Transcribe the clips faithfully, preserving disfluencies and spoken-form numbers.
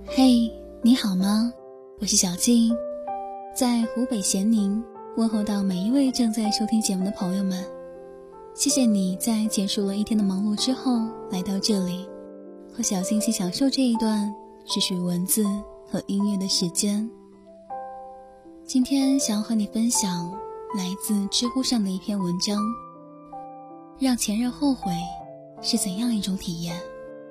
嘿，你好吗？我是小静，在湖北咸宁问候到每一位正在收听节目的朋友们。谢谢你在结束了一天的忙碌之后来到这里，和小静一起享受这一段只属于文字和音乐的时间。今天想要和你分享来自知乎上的一篇文章，让前任后悔是怎样一种体验。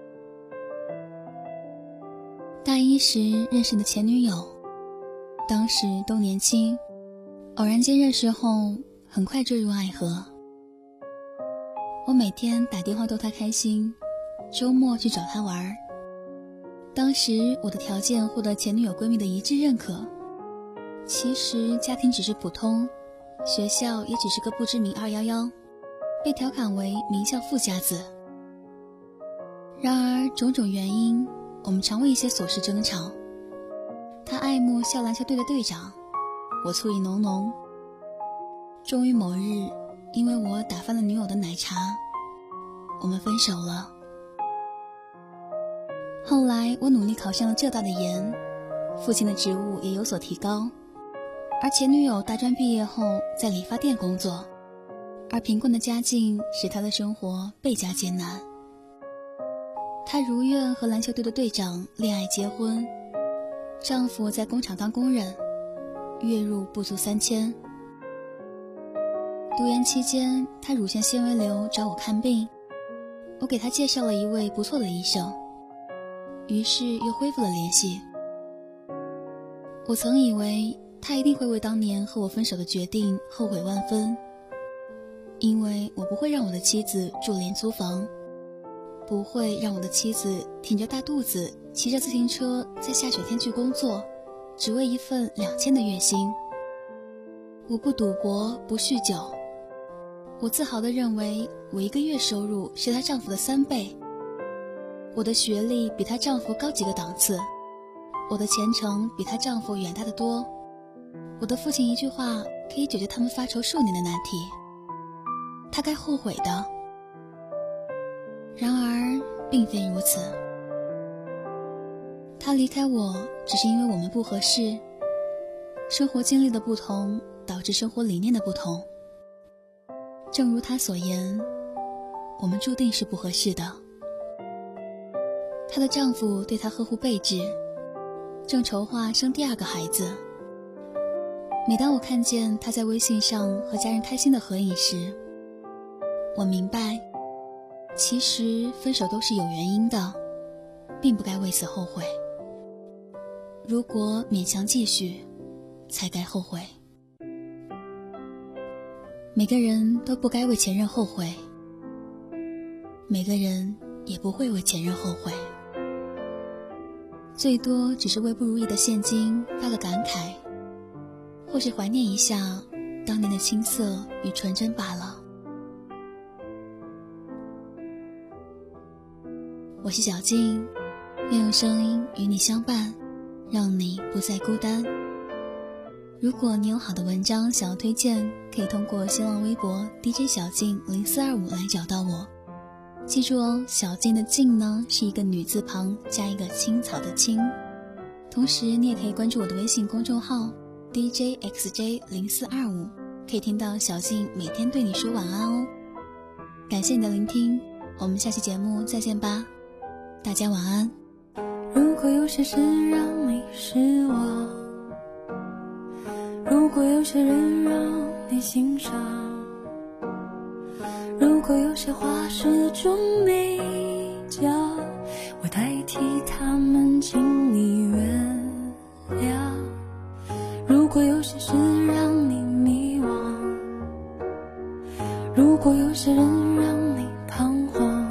大一时认识的前女友，当时都年轻，偶然间认识后很快坠入爱河。我每天打电话逗她开心，周末去找她玩。当时我的条件获得前女友闺蜜的一致认可，其实家庭只是普通，学校也只是个不知名二幺幺，被调侃为名校富家子。然而种种原因，我们常为一些琐事争吵。他爱慕校篮球队的队长，我醋意浓浓。终于某日，因为我打翻了女友的奶茶，我们分手了。后来我努力考上了浙大的研，父亲的职务也有所提高，而前女友大专毕业后在理发店工作，而贫困的家境使她的生活倍加艰难。她如愿和篮球队的队长恋爱结婚，丈夫在工厂当工人，月入不足三千。读研期间，她乳腺纤维瘤找我看病，我给她介绍了一位不错的医生，于是又恢复了联系。我曾以为她一定会为当年和我分手的决定后悔万分，因为我不会让我的妻子住廉租房，不会让我的妻子挺着大肚子骑着自行车在下雪天去工作，只为一份两千的月薪。我不赌博，不酗酒，我自豪地认为我一个月收入是她丈夫的三倍，我的学历比她丈夫高几个档次，我的前程比她丈夫远大得多，我的父亲一句话可以解决他们发愁数年的难题，他该后悔的。然而并非如此，他离开我只是因为我们不合适，生活经历的不同导致生活理念的不同。正如他所言，我们注定是不合适的。她的丈夫对她呵护备至，正筹划生第二个孩子。每当我看见她在微信上和家人开心的合影时，我明白，其实分手都是有原因的，并不该为此后悔。如果勉强继续，才该后悔。每个人都不该为前任后悔，每个人也不会为前任后悔，最多只是为不如意的现今发个感慨，或是怀念一下当年的青涩与纯真罢了。我是小静，愿用声音与你相伴，让你不再孤单。如果你有好的文章想要推荐，可以通过新浪微博 D J 小静零四二五来找到我。记住哦，小静的静呢是一个女字旁加一个青草的青。同时你也可以关注我的微信公众号 D J X J 零四二五， 可以听到小静每天对你说晚安哦。感谢你的聆听，我们下期节目再见吧，大家晚安。 如果有些事让你失望，如果有些人让你心伤，如果有些话始终没讲，我代替他们请你原谅。如果有些事让你迷惘，如果有些人让你彷徨，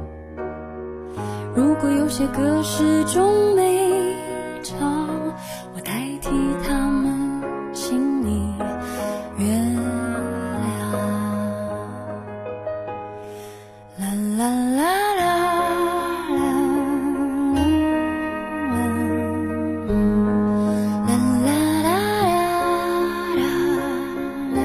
如果有些歌始终没唱，我代替他们请你原谅。啦啦啦啦啦啦啦啦啦，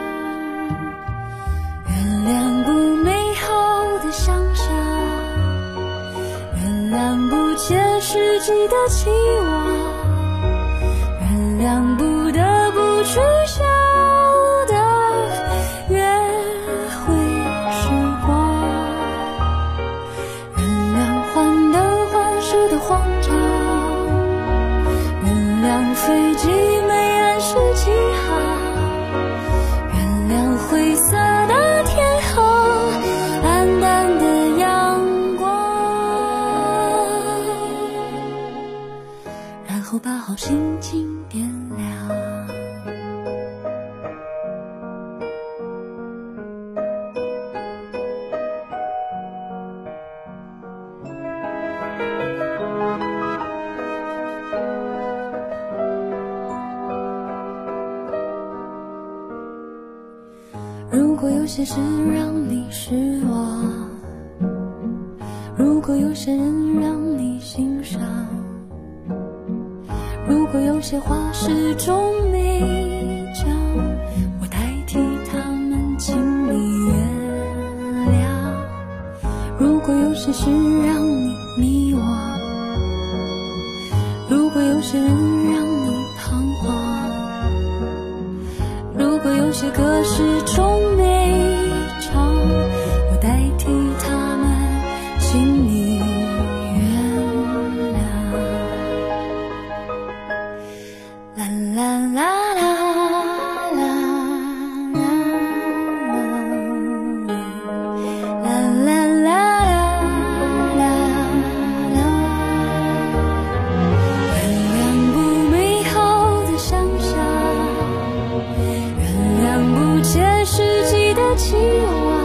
原谅不美好的想象，原谅不切实际际的期望，原谅不得不取消的约会时光，原谅患得患失的慌张，原谅飞机没按时起航，原谅灰色的天空，暗淡的阳光，然后把好心情点亮。如果有些事让你失望，如果有些人让你心伤，如果有些话始终没讲，我代替他们请你原谅。如果有些事让你迷惘，如果有些人让你彷徨，如果有些歌始终没唱，我代替他们请你原谅。啦啦啦啦啦啦啦啦啦啦啦，原谅不美好的想象，原谅不切实际的期望，